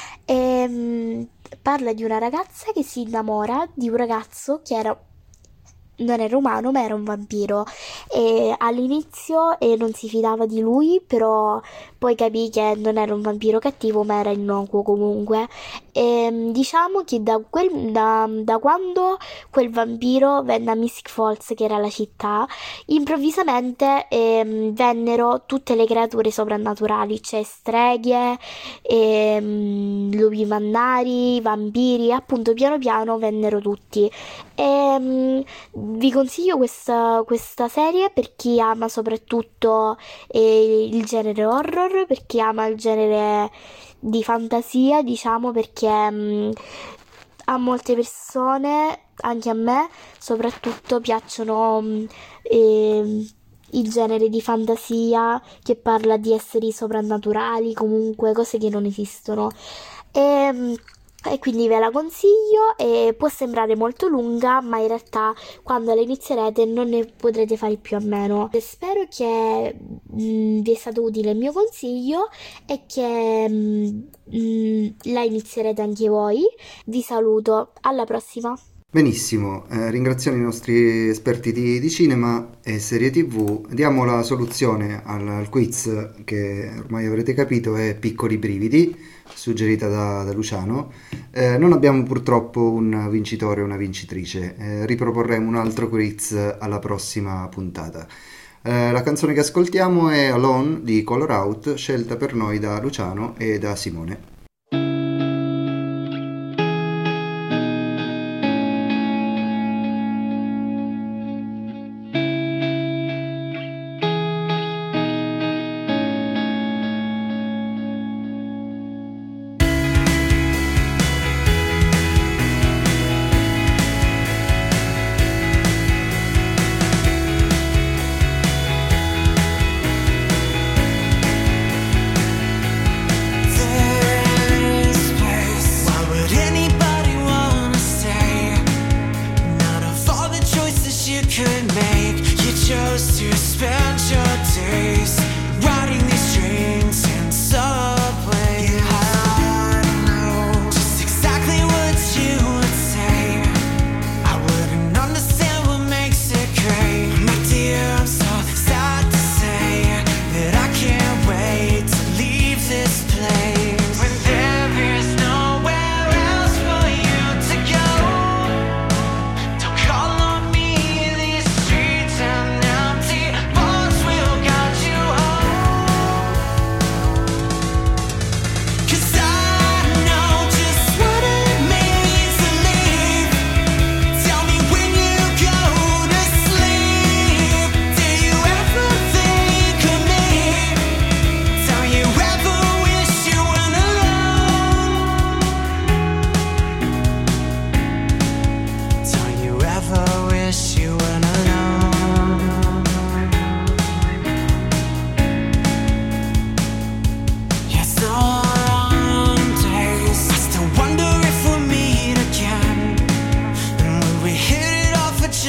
e mh, parla di una ragazza che si innamora di un ragazzo che era non era umano ma era un vampiro e all'inizio eh, non si fidava di lui, però poi capì che non era un vampiro cattivo ma era innocuo comunque. E diciamo che da, quel, da, da quando quel vampiro venne a Mystic Falls, che era la città, improvvisamente eh, vennero tutte le creature soprannaturali, cioè streghe, eh, lupi mannari, vampiri, appunto piano piano vennero tutti. E, vi consiglio questa, questa serie per chi ama soprattutto eh, il genere horror, per chi ama il genere di fantasia, diciamo, perché mh, a molte persone, anche a me soprattutto, piacciono mh, eh, il genere di fantasia che parla di esseri soprannaturali, comunque cose che non esistono. E, mh, E quindi ve la consiglio e può sembrare molto lunga, ma in realtà quando la inizierete non ne potrete fare più a meno. Spero che mh, vi è stato utile il mio consiglio e che mh, la inizierete anche voi. Vi saluto, alla prossima! Benissimo, eh, ringraziamo i nostri esperti di, di cinema e serie tv. Diamo la soluzione al, al quiz che ormai avrete capito è Piccoli Brividi, suggerita da, da Luciano. Eh, non abbiamo purtroppo un vincitore o una vincitrice, eh, riproporremo un altro quiz alla prossima puntata. Eh, la canzone che ascoltiamo è Alone di Color Out, scelta per noi da Luciano e da Simone. There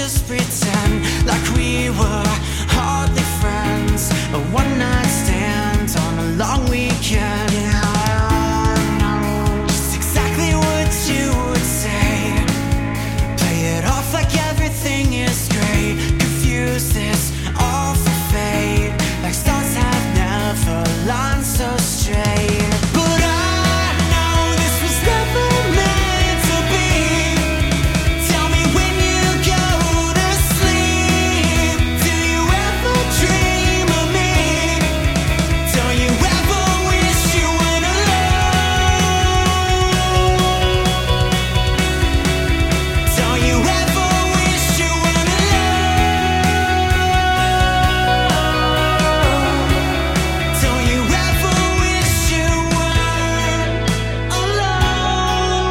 just pretend like we were hardly friends. A one night stand on a long weekend. Yeah, just exactly what you would say. Play it off like everything is great. Confuse this all for fate. Like stars have never lined so straight. But I know this was never meant to be. Tell me when you go to sleep. Do you ever dream of me? Don't you ever wish you went alone? Don't you ever wish you went alone? Don't you ever wish you weren't alone?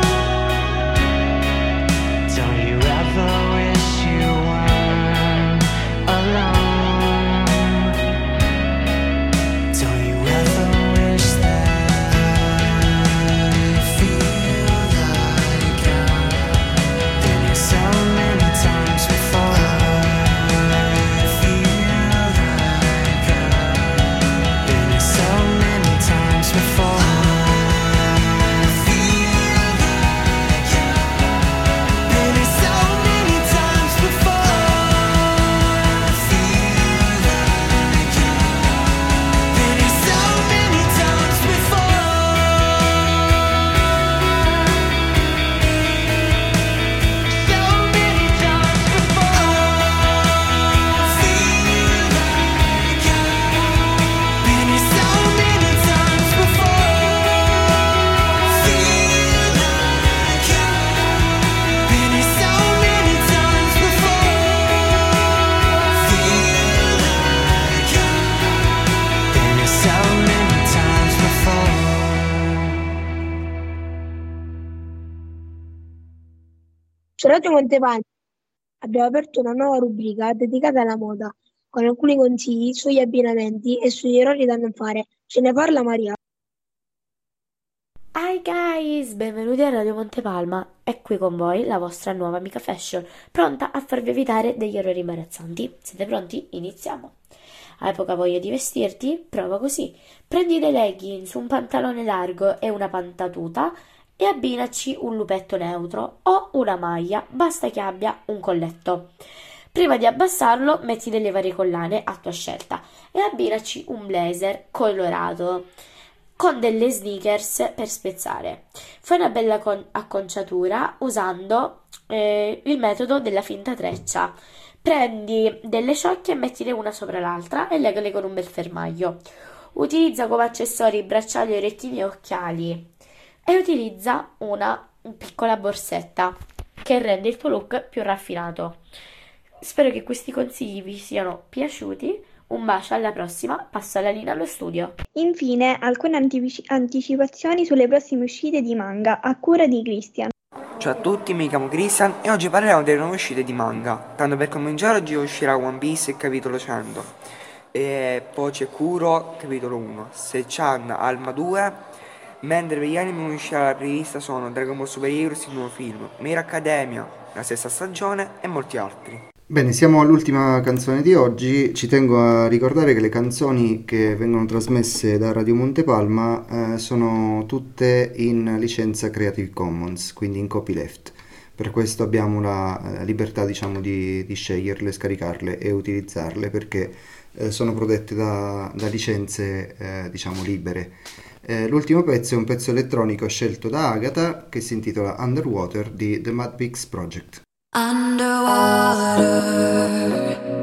Don't you ever wish you weren't alone? Don't you ever wish that I feel like I've been here so many times before? I feel like I've been here so many times before. I feel like I've been here so many times before. I feel like I've been here so many times before. So many times before. I feel like I've been here so many times before. Feel like I've been here so many times before. Feel like I've been here so many times before. Su Radio Montepalma abbiamo aperto una nuova rubrica dedicata alla moda, con alcuni consigli sugli abbinamenti e sugli errori da non fare. Ce ne parla Maria. Hi guys, benvenuti a Radio Montepalma. È qui con voi la vostra nuova amica fashion, pronta a farvi evitare degli errori imbarazzanti. Siete pronti? Iniziamo. Hai poca voglia di vestirti? Prova così. Prendi dei leggings, un pantalone largo e una pantatuta e abbinaci un lupetto neutro o una maglia, basta che abbia un colletto. Prima di abbassarlo metti delle varie collane a tua scelta e abbinaci un blazer colorato con delle sneakers per spezzare. Fai una bella con- acconciatura usando eh, il metodo della finta treccia. Prendi delle ciocche e mettile una sopra l'altra e legale con un bel fermaglio. Utilizza come accessori bracciali, orecchini e occhiali e utilizza una piccola borsetta che rende il tuo look più raffinato. Spero che questi consigli vi siano piaciuti. Un bacio, alla prossima, passo alla linea allo studio. Infine, alcune antivici- anticipazioni sulle prossime uscite di manga a cura di Christian. Ciao a tutti, mi chiamo Christian e oggi parleremo delle nuove uscite di manga. Tanto per cominciare, oggi uscirà One Piece capitolo cento, e poi c'è Kuro capitolo uno, Sechan Alma due, mentre per gli anime uscirà la prevista sono Dragon Ball Super Heroes, il nuovo film, My Hero Academia, la sesta stagione e molti altri. Bene, siamo all'ultima canzone di oggi. Ci tengo a ricordare che le canzoni che vengono trasmesse da Radio Montepalma eh, sono tutte in licenza Creative Commons, quindi in copyleft. Per questo abbiamo la eh, libertà, diciamo, di, di sceglierle, scaricarle e utilizzarle, perché eh, sono protette da, da licenze eh, diciamo libere. Eh, l'ultimo pezzo è un pezzo elettronico scelto da Agatha che si intitola Underwater di The Mad Pigs Project. Underwater.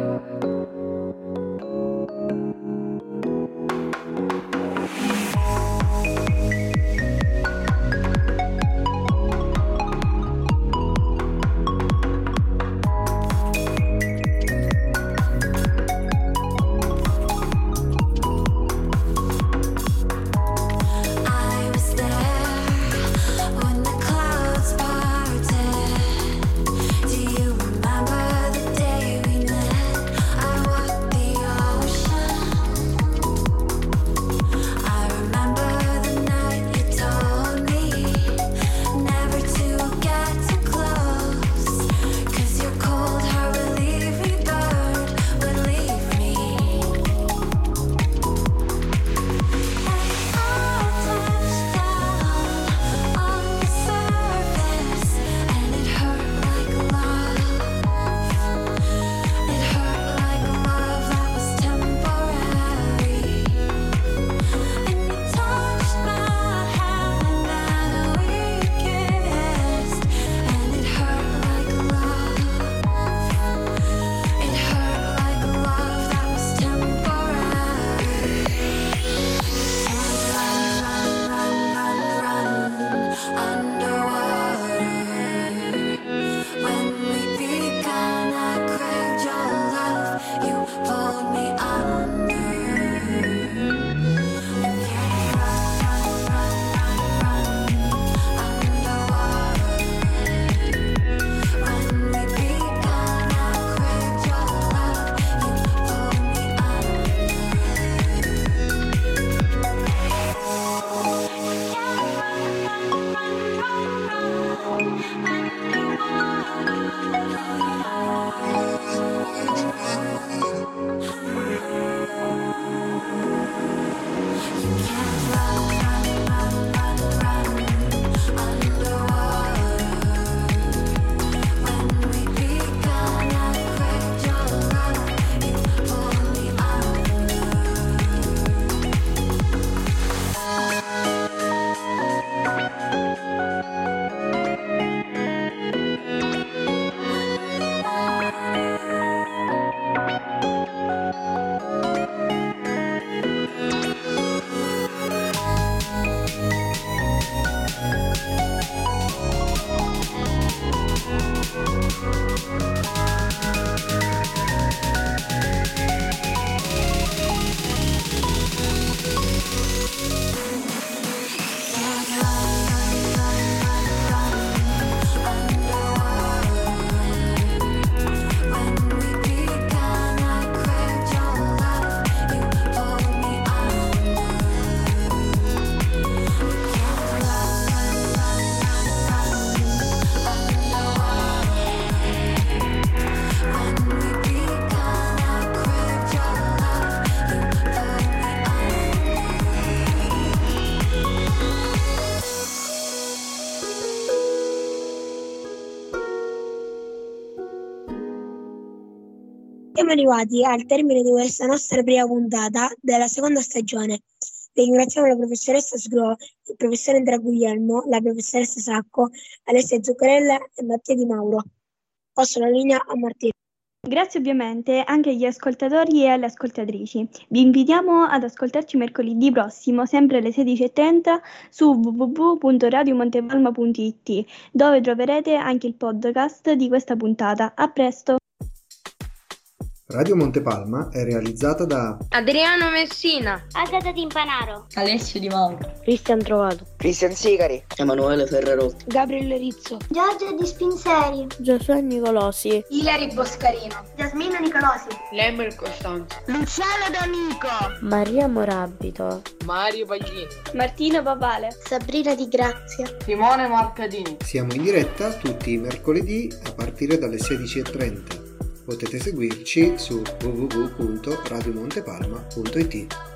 Do you remember the day we met? Siamo arrivati al termine di questa nostra prima puntata della seconda stagione. Ringraziamo la professoressa Sgro, il professore Andrea Guglielmo, la professoressa Sacco, Alessia Zuccarella e Mattia Di Mauro. Passo la linea a Martina. Grazie ovviamente anche agli ascoltatori e alle ascoltatrici. Vi invitiamo ad ascoltarci mercoledì prossimo, sempre alle sedici e trenta, su w w w punto radio montepalma punto i t, dove troverete anche il podcast di questa puntata. A presto! Radio Montepalma è realizzata da Adriano Messina, Agata Timpanaro, Alessio Di Mauro, Cristian Trovato, Cristian Sigari, Emanuele Ferrarotti, Gabriele Rizzo, Giorgio Di Spinseri, Giosuè Nicolosi, Ilari Boscarino, Giasmina Nicolosi, Lemmer Costanzo, Luciano D'Amico, Maria Morabito, Mario Pagini, Martina Papale, Sabrina Di Grazia, Simone Marcadini. Siamo in diretta tutti i mercoledì a partire dalle sedici e trenta. Potete seguirci su w w w punto radio montepalma punto i t.